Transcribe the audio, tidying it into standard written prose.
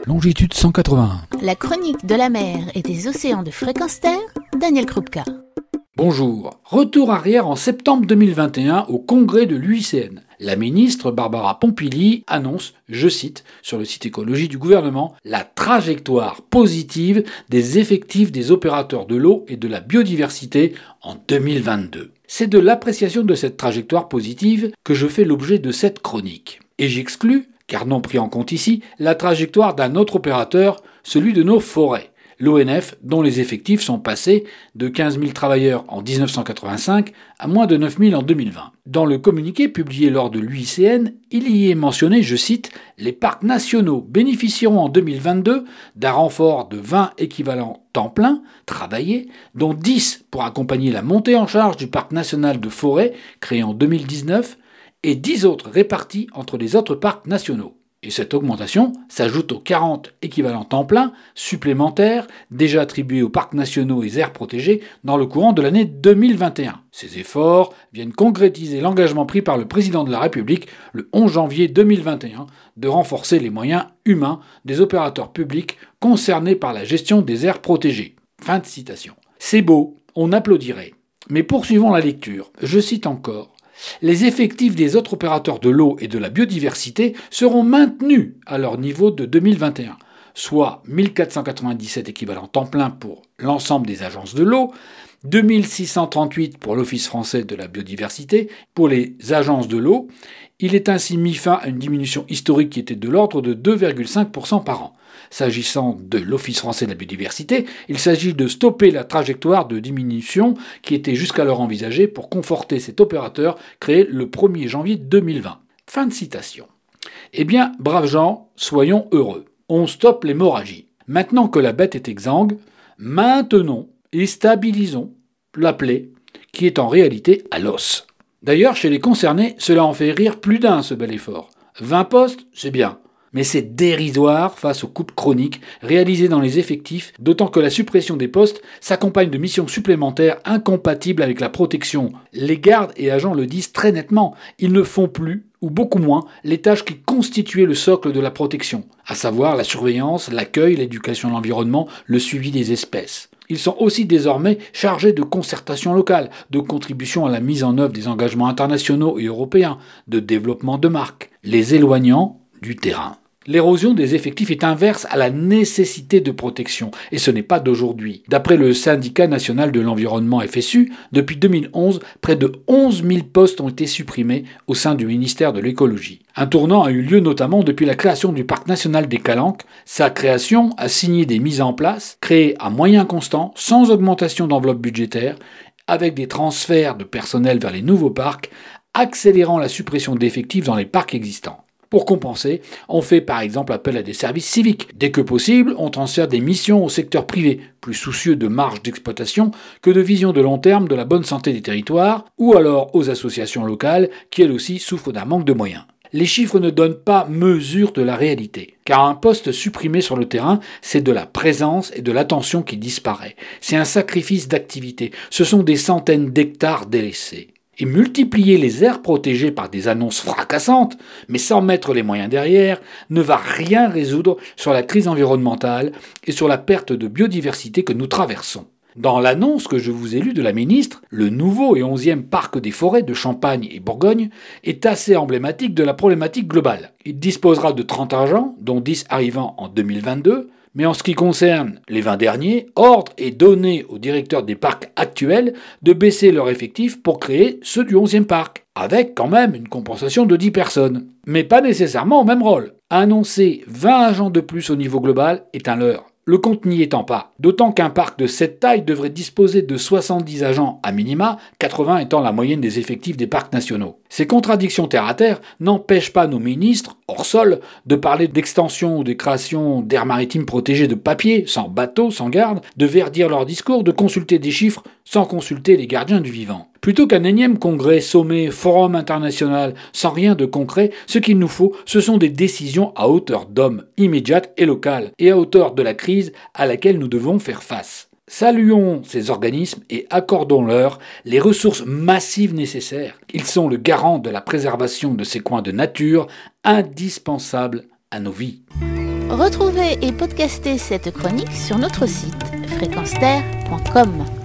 longitude 181. La chronique de la mer et des océans de fréquence terre, Daniel Krupka. Bonjour. Retour arrière en septembre 2021 au congrès de l'UICN. La ministre Barbara Pompili annonce, je cite, sur le site écologie du gouvernement, la trajectoire positive des effectifs des opérateurs de l'eau et de la biodiversité en 2022. C'est de l'appréciation de cette trajectoire positive que je fais l'objet de cette chronique. Et j'exclus, car non pris en compte ici, la trajectoire d'un autre opérateur, celui de nos forêts. L'ONF, dont les effectifs sont passés de 15 000 travailleurs en 1985 à moins de 9 000 en 2020. Dans le communiqué publié lors de l'UICN, il y est mentionné, je cite, « Les parcs nationaux bénéficieront en 2022 d'un renfort de 20 équivalents temps plein travaillés, dont 10 pour accompagner la montée en charge du parc national de forêt créé en 2019 et 10 autres répartis entre les autres parcs nationaux. » Et cette augmentation s'ajoute aux 40 équivalents temps plein supplémentaires déjà attribués aux parcs nationaux et aires protégées dans le courant de l'année 2021. Ces efforts viennent concrétiser l'engagement pris par le président de la République le 11 janvier 2021 de renforcer les moyens humains des opérateurs publics concernés par la gestion des aires protégées. Fin de citation. C'est beau, on applaudirait. Mais poursuivons la lecture. Je cite encore. Les effectifs des autres opérateurs de l'eau et de la biodiversité seront maintenus à leur niveau de 2021, soit 1497 équivalents temps plein pour l'ensemble des agences de l'eau, 2638 pour l'Office français de la biodiversité, pour les agences de l'eau. Il est ainsi mis fin à une diminution historique qui était de l'ordre de 2,5% par an. S'agissant de l'Office français de la biodiversité, il s'agit de stopper la trajectoire de diminution qui était jusqu'alors envisagée pour conforter cet opérateur créé le 1er janvier 2020. Fin de citation. Eh bien, braves gens, soyons heureux. On stoppe l'hémorragie. Maintenant que la bête est exsangue, maintenons et stabilisons la plaie qui est en réalité à l'os. D'ailleurs, chez les concernés, cela en fait rire plus d'un, ce bel effort. 20 postes, c'est bien. Mais c'est dérisoire face aux coupes chroniques réalisées dans les effectifs, d'autant que la suppression des postes s'accompagne de missions supplémentaires incompatibles avec la protection. Les gardes et agents le disent très nettement, ils ne font plus, ou beaucoup moins, les tâches qui constituaient le socle de la protection, à savoir la surveillance, l'accueil, l'éducation de l'environnement, le suivi des espèces. Ils sont aussi désormais chargés de concertation locale, de contribution à la mise en œuvre des engagements internationaux et européens, de développement de marques, les éloignant du terrain. L'érosion des effectifs est inverse à la nécessité de protection, et ce n'est pas d'aujourd'hui. D'après le syndicat national de l'environnement FSU, depuis 2011, près de 11 000 postes ont été supprimés au sein du ministère de l'écologie. Un tournant a eu lieu notamment depuis la création du parc national des Calanques. Sa création a signé des mises en place, créées à moyens constants, sans augmentation d'enveloppe budgétaire, avec des transferts de personnel vers les nouveaux parcs, accélérant la suppression d'effectifs dans les parcs existants. Pour compenser, on fait par exemple appel à des services civiques. Dès que possible, on transfère des missions au secteur privé, plus soucieux de marge d'exploitation que de vision de long terme de la bonne santé des territoires, ou alors aux associations locales qui elles aussi souffrent d'un manque de moyens. Les chiffres ne donnent pas mesure de la réalité, car un poste supprimé sur le terrain, c'est de la présence et de l'attention qui disparaît. C'est un sacrifice d'activité, ce sont des centaines d'hectares délaissés. Et multiplier les aires protégées par des annonces fracassantes, mais sans mettre les moyens derrière, ne va rien résoudre sur la crise environnementale et sur la perte de biodiversité que nous traversons. Dans l'annonce que je vous ai lue de la ministre, le nouveau et 11e parc des forêts de Champagne et Bourgogne est assez emblématique de la problématique globale. Il disposera de 30 agents, dont 10 arrivant en 2022, mais en ce qui concerne les 20 derniers, ordre est donné aux directeurs des parcs actuels de baisser leur effectif pour créer ceux du 11e parc, avec quand même une compensation de 10 personnes. Mais pas nécessairement au même rôle. Annoncer 20 agents de plus au niveau global est un leurre. Le compte n'y étant pas. D'autant qu'un parc de cette taille devrait disposer de 70 agents à minima, 80 étant la moyenne des effectifs des parcs nationaux. Ces contradictions terre à terre n'empêchent pas nos ministres, hors sol, de parler d'extension ou de création d'aires maritimes protégées de papier, sans bateau, sans garde, de verdir leur discours, de consulter des chiffres sans consulter les gardiens du vivant. Plutôt qu'un énième congrès, sommet, forum international, sans rien de concret, ce qu'il nous faut, ce sont des décisions à hauteur d'homme, immédiates et locales, et à hauteur de la crise à laquelle nous devons faire face. Saluons ces organismes et accordons-leur les ressources massives nécessaires. Ils sont le garant de la préservation de ces coins de nature indispensables à nos vies. Retrouvez et podcastez cette chronique sur notre site fréquenceterre.com.